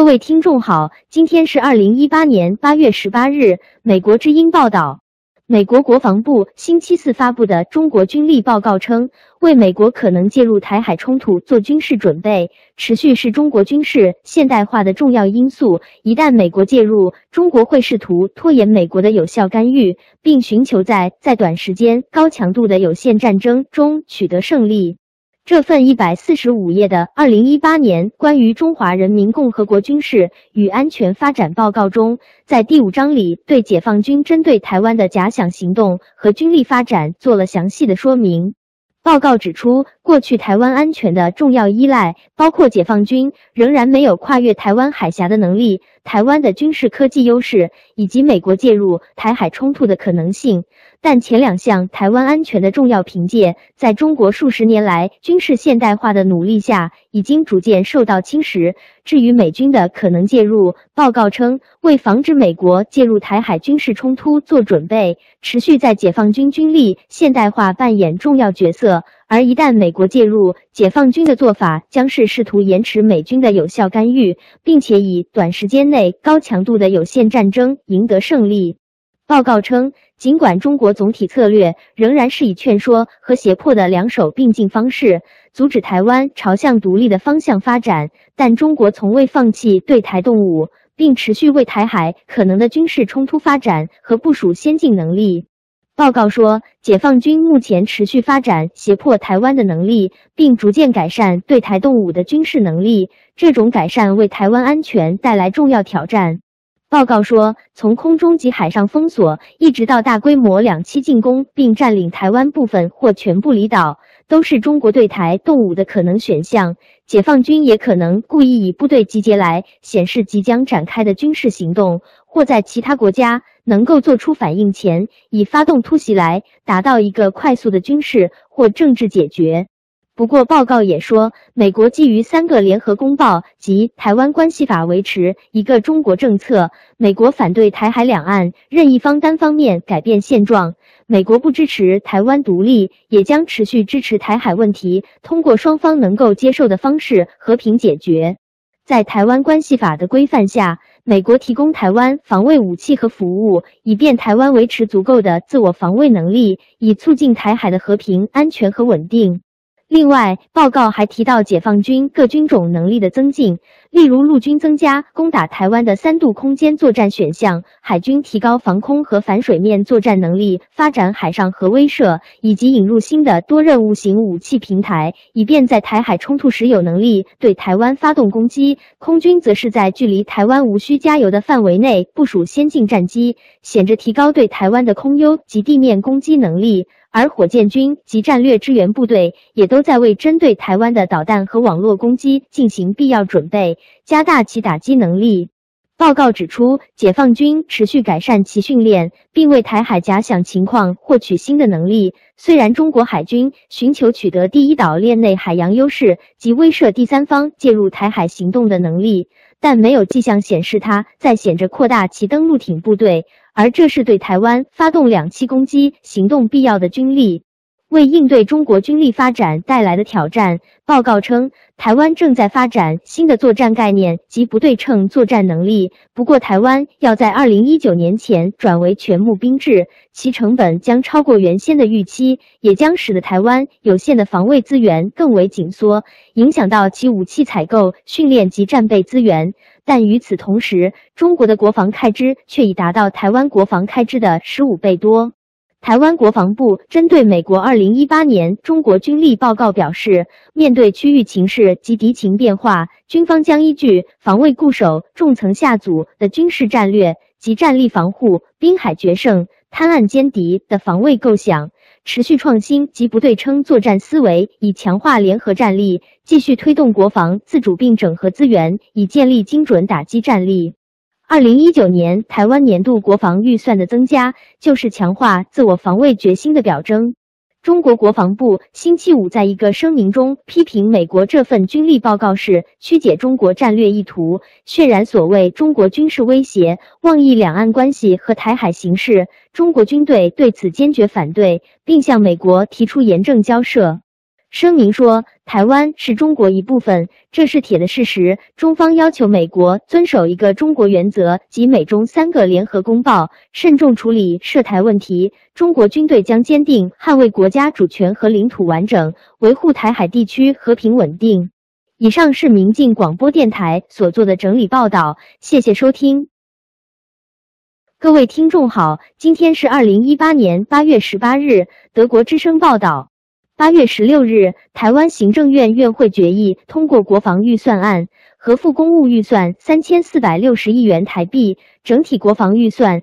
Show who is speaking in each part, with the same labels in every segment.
Speaker 1: 位听众好，今天是2018年8月18日。美国之音报道，美国国防部星期四发布的中国军力报告称，为美国可能介入台海冲突做军事准备，持续是中国军事现代化的重要因素。一旦美国介入，中国会试图拖延美国的有效干预，并寻求在短时间、高强度的有限战争中取得胜利。这份145页的2018年关于中华人民共和国军事与安全发展报告中，在第5章里对解放军针对台湾的假想行动和军力发展做了详细的说明。报告指出，过去台湾安全的重要依赖包括解放军仍然没有跨越台湾海峡的能力、台湾的军事科技优势以及美国介入台海冲突的可能性。但前2项台湾安全的重要凭借，在中国数十年来军事现代化的努力下，已经逐渐受到侵蚀。至于美军的可能介入，报告称，为防止美国介入台海军事冲突做准备，持续在解放军军力现代化扮演重要角色。而一旦美国介入，解放军的做法将是试图延迟美军的有效干预，并且以短时间内高强度的有限战争赢得胜利。报告称，尽管中国总体策略仍然是以劝说和胁迫的两手并进方式，阻止台湾朝向独立的方向发展，但中国从未放弃对台动武，并持续为台海可能的军事冲突发展和部署先进能力。报告说，解放军目前持续发展胁迫台湾的能力，并逐渐改善对台动武的军事能力，这种改善为台湾安全带来重要挑战。报告说，从空中及海上封锁，一直到大规模2栖进攻并占领台湾部分或全部离岛，都是中国对台动武的可能选项。解放军也可能故意以部队集结来显示即将展开的军事行动，或在其他国家能够做出反应前，以发动突袭来达到一个快速的军事或政治解决。不过报告也说，美国基于3个联合公报及台湾关系法维持一个中国政策，美国反对台海两岸任一方单方面改变现状，美国不支持台湾独立，也将持续支持台海问题通过双方能够接受的方式和平解决。在台湾关系法的规范下，美国提供台湾防卫武器和服务，以便台湾维持足够的自我防卫能力，以促进台海的和平、安全和稳定。另外，报告还提到解放军各军种能力的增进，例如陆军增加攻打台湾的3度空间作战选项，海军提高防空和反水面作战能力，发展海上核威慑，以及引入新的多任务型武器平台，以便在台海冲突时有能力对台湾发动攻击。空军则是在距离台湾无需加油的范围内部署先进战机，显着提高对台湾的空优及地面攻击能力。而火箭军及战略支援部队也都在为针对台湾的导弹和网络攻击进行必要准备，加大其打击能力。报告指出，解放军持续改善其训练，并为台海假想情况获取新的能力。虽然中国海军寻求取得第一岛链内海洋优势及威慑第三方介入台海行动的能力，但没有迹象显示它在显着扩大其登陆艇部队，而这是对台湾发动2栖攻击行动必要的军力。为应对中国军力发展带来的挑战，报告称，台湾正在发展新的作战概念及不对称作战能力。不过，台湾要在2019年前转为全募兵制，其成本将超过原先的预期，也将使得台湾有限的防卫资源更为紧缩，影响到其武器采购、训练及战备资源。但与此同时，中国的国防开支却已达到台湾国防开支的15倍多。台湾国防部针对美国2018年中国军力报告表示，面对区域情势及敌情变化，军方将依据防卫固守、重层下阻的军事战略及战力防护、滨海决胜、滩岸歼敌的防卫构想，持续创新及不对称作战思维，以强化联合战力，继续推动国防自主并整合资源，以建立精准打击战力。2019年台湾年度国防预算的增加，就是强化自我防卫决心的表征。中国国防部星期5在一个声明中批评美国这份军力报告是曲解中国战略意图，渲染所谓中国军事威胁，妄议两岸关系和台海形势。中国军队对此坚决反对，并向美国提出严正交涉。 声明说，台湾是中国一部分，这是铁的事实。中方要求美国遵守一个中国原则及美中3个联合公报，慎重处理涉台问题。中国军队将坚定捍卫国家主权和领土完整，维护台海地区和平稳定。以上是明镜广播电台所做的整理报道，谢谢收听。各位听众好，今天是2018年8月18日，德国之声报道。8月16日，台湾行政院院会决议通过国防预算案，核附公务预算3460亿元台币，整体国防预算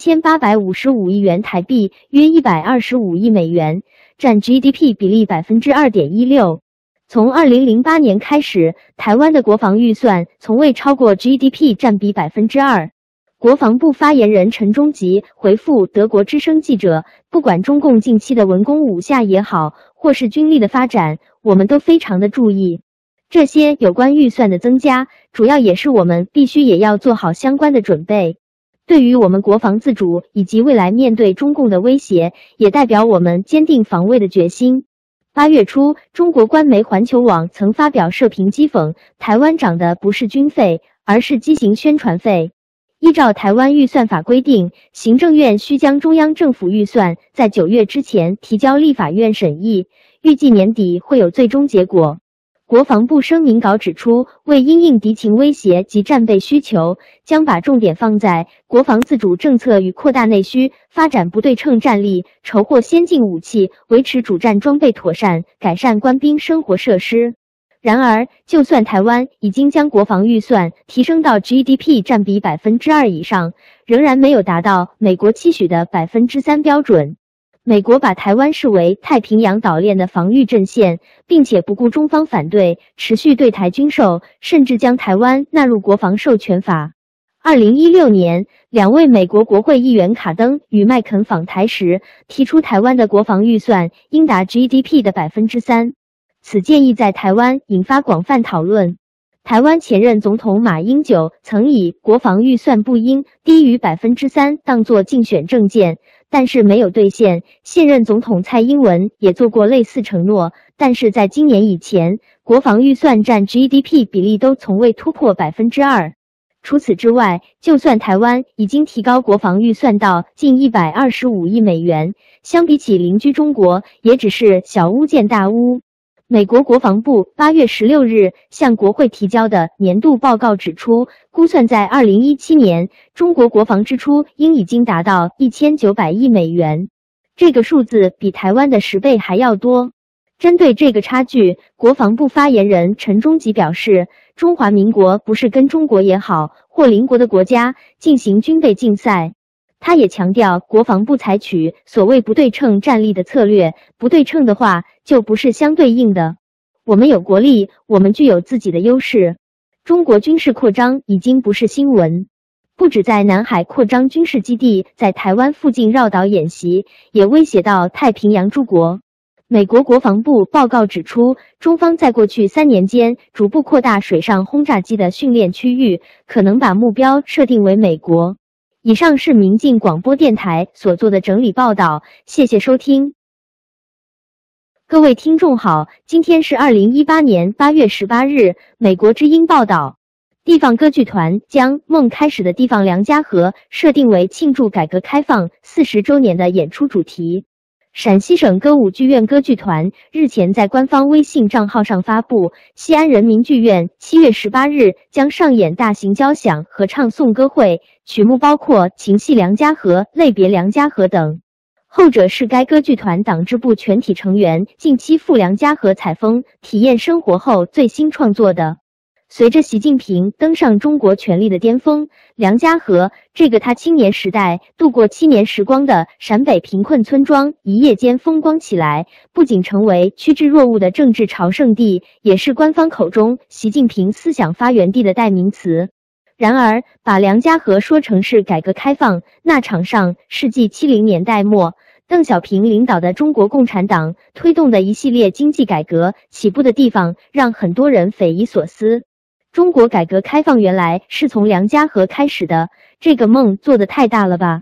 Speaker 1: 3855亿元台币，约125亿美元，占 GDP 比例 2.16%。从2008年开始，台湾的国防预算从未超过 GDP 占比 2%。国防部发言人陈忠吉回复德国之声记者，不管中共近期的文攻武吓也好，或是军力的发展，我们都非常的注意。这些有关预算的增加，主要也是我们必须也要做好相关的准备。对于我们国防自主以及未来面对中共的威胁，也代表我们坚定防卫的决心。8月初，中国官媒环球网曾发表社评讥讽，台湾涨的不是军费，而是畸形宣传费。依照台湾预算法规定，行政院需将中央政府预算在9月之前提交立法院审议，预计年底会有最终结果。国防部声明稿指出，为因应敌情威胁及战备需求，将把重点放在国防自主政策与扩大内需、发展不对称战力、筹获先进武器、维持主战装备妥善、改善官兵生活设施。然而，就算台湾已经将国防预算提升到 GDP 占比 2% 以上，仍然没有达到美国期许的 3% 标准。美国把台湾视为太平洋岛链的防御阵线，并且不顾中方反对，持续对台军售，甚至将台湾纳入国防授权法。2016年，2位美国国会议员卡登与麦肯访台时，提出台湾的国防预算应达 GDP 的 3%。此建议在台湾引发广泛讨论。台湾前任总统马英九曾以国防预算不应低于 3% 当作竞选政见，但是没有兑现。现任总统蔡英文也做过类似承诺，但是在今年以前，国防预算占 GDP 比例都从未突破 2%。除此之外，就算台湾已经提高国防预算到近125亿美元，相比起邻居中国，也只是小巫见大巫。美国国防部8月16日向国会提交的年度报告指出，估算在2017年，中国国防支出应已经达到1900亿美元，这个数字比台湾的10倍还要多。针对这个差距，国防部发言人陈忠吉表示，中华民国不是跟中国也好，或邻国的国家进行军备竞赛。他也强调，国防部采取所谓不对称战力的策略，不对称的话就不是相对应的。我们有国力，我们具有自己的优势。中国军事扩张已经不是新闻，不止在南海扩张军事基地，在台湾附近绕岛演习，也威胁到太平洋诸国。美国国防部报告指出，中方在过去3年间逐步扩大水上轰炸机的训练区域，可能把目标设定为美国。以上是明镜广播电台所做的整理报道，谢谢收听。各位听众好，今天是2018年8月18日，美国之音报道，地方歌剧团将《梦开始的地方梁家河》设定为庆祝改革开放40周年的演出主题。陕西省歌舞剧院歌剧团日前在官方微信账号上发布，西安人民剧院7月18日将上演大型交响合唱颂歌会，曲目包括情戏《梁家河》、类别《梁家河》等。后者是该歌剧团党支部全体成员近期赴梁家河采风体验生活后最新创作的。随着习近平登上中国权力的巅峰，梁家河这个他青年时代度过7年时光的陕北贫困村庄一夜间风光起来，不仅成为趋之若鹜的政治朝圣地，也是官方口中习近平思想发源地的代名词。然而，把梁家河说成是改革开放，那场上世纪70年代末邓小平领导的中国共产党推动的一系列经济改革起步的地方，让很多人匪夷所思。中国改革开放原来是从梁家河开始的，这个梦做得太大了吧？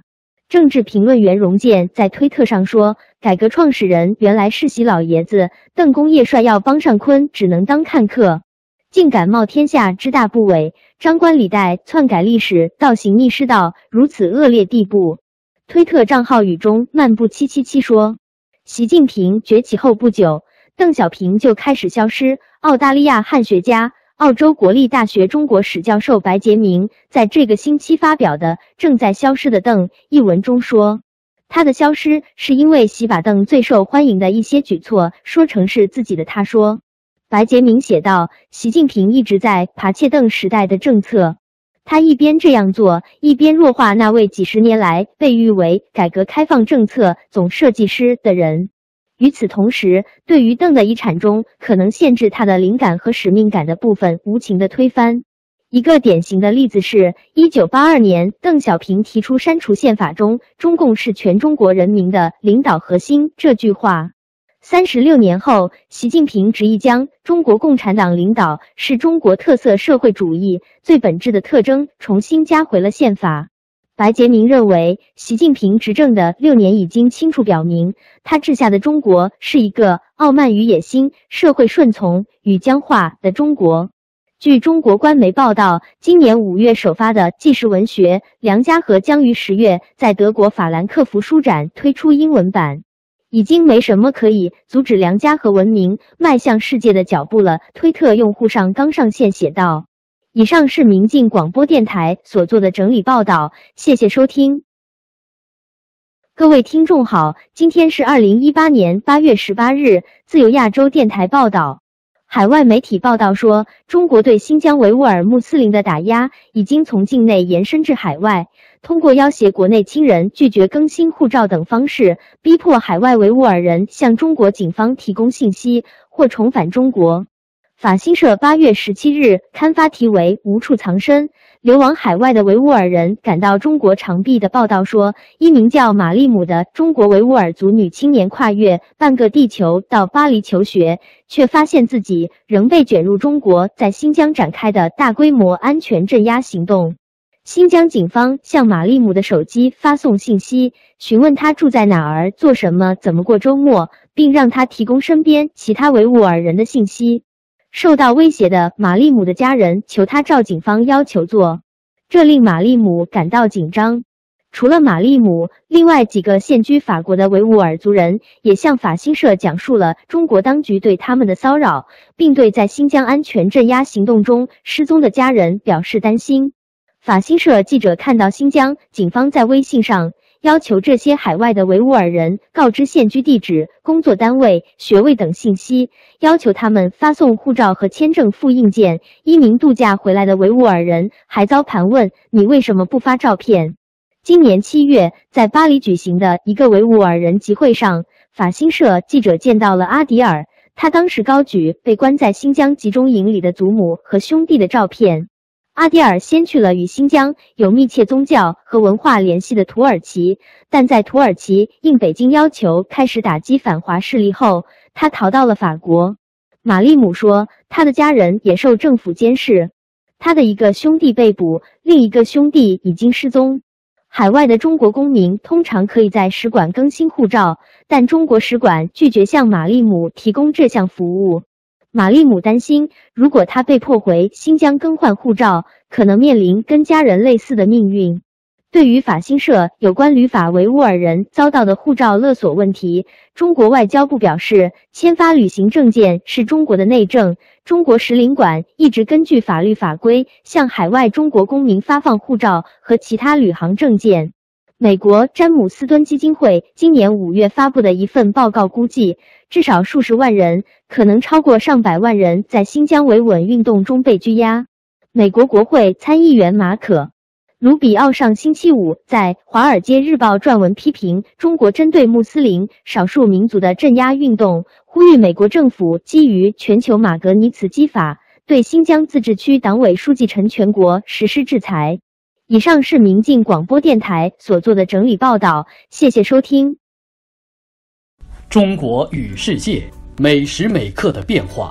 Speaker 1: 政治评论员荣建在推特上说，改革创始人原来是习老爷子，邓公叶帅要帮上坤，只能当看客，竟敢冒天下之大不韪，张冠李戴，篡改历史，倒行逆施到如此恶劣地步。推特账号雨中漫步777说，习近平崛起后不久，邓小平就开始消失。澳大利亚汉学家、澳洲国立大学中国史教授白洁明在这个星期发表的《正在消失的邓》一文中说，他的消失是因为习把邓最受欢迎的一些举措说成是自己的。他说，白洁明写道，习近平一直在扒窃邓时代的政策，他一边这样做，一边弱化那位几十年来被誉为改革开放政策总设计师的人。与此同时，对于邓的遗产中可能限制他的灵感和使命感的部分无情的推翻。一个典型的例子是1982年邓小平提出删除宪法中中共是全中国人民的领导核心这句话。36年后，习近平执意将中国共产党领导是中国特色社会主义最本质的特征重新加回了宪法。白洁明认为，习近平执政的6年已经清楚表明，他治下的中国是一个傲慢与野心、社会顺从与僵化的中国。据中国官媒报道，今年5月首发的纪实文学《梁家河》将于10月在德国法兰克福书展推出英文版。已经没什么可以阻止梁家河文明迈向世界的脚步了。推特用户上纲上线写道。以上是明镜广播电台所做的整理报道，谢谢收听。各位听众好，今天是2018年8月18日，自由亚洲电台报道。海外媒体报道说，中国对新疆维吾尔穆斯林的打压已经从境内延伸至海外，通过要挟国内亲人拒绝更新护照等方式，逼迫海外维吾尔人向中国警方提供信息或重返中国。法新社8月17日刊发题为《无处藏身，流亡海外的维吾尔人赶到中国长臂》的报道说，一名叫马利姆的中国维吾尔族女青年跨越半个地球到巴黎求学，却发现自己仍被卷入中国在新疆展开的大规模安全镇压行动。新疆警方向马利姆的手机发送信息，询问他住在哪儿、做什么、怎么过周末，并让他提供身边其他维吾尔人的信息。受到威胁的马利姆的家人求他照警方要求做，这令马利姆感到紧张。除了马利姆，另外几个现居法国的维吾尔族人也向法新社讲述了中国当局对他们的骚扰，并对在新疆安全镇压行动中失踪的家人表示担心。法新社记者看到新疆警方在微信上要求这些海外的维吾尔人告知现居地址、工作单位、学位等信息，要求他们发送护照和签证复印件。一名度假回来的维吾尔人还遭盘问：“你为什么不发照片？”今年7月，在巴黎举行的一个维吾尔人集会上，法新社记者见到了阿迪尔，他当时高举被关在新疆集中营里的祖母和兄弟的照片。阿迪尔先去了与新疆有密切宗教和文化联系的土耳其，但在土耳其应北京要求开始打击反华势力后，他逃到了法国。马利姆说，他的家人也受政府监视，他的一个兄弟被捕，另一个兄弟已经失踪。海外的中国公民通常可以在使馆更新护照，但中国使馆拒绝向马利姆提供这项服务。马利姆担心，如果他被迫回新疆更换护照，可能面临跟家人类似的命运。对于法新社有关旅法维吾尔人遭到的护照勒索问题，中国外交部表示，签发旅行证件是中国的内政，中国使领馆一直根据法律法规向海外中国公民发放护照和其他旅行证件。美国詹姆斯敦基金会今年5月发布的一份报告估计，至少数十万人，可能超过上百万人在新疆维稳运动中被拘押。美国国会参议员马可·卢比奥上星期五在《华尔街日报》撰文批评中国针对穆斯林少数民族的镇压运动，呼吁美国政府基于全球马格尼茨基法，对新疆自治区党委书记陈全国实施制裁。以上是明镜广播电台所做的整理报道，谢谢收听。
Speaker 2: 中国与世界，每时每刻的变化。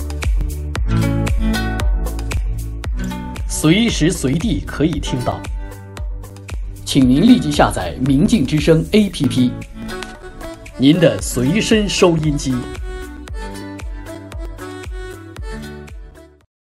Speaker 2: 随时随地可以听到， 请您立即下载明镜之声 APP， 您的随身收音机。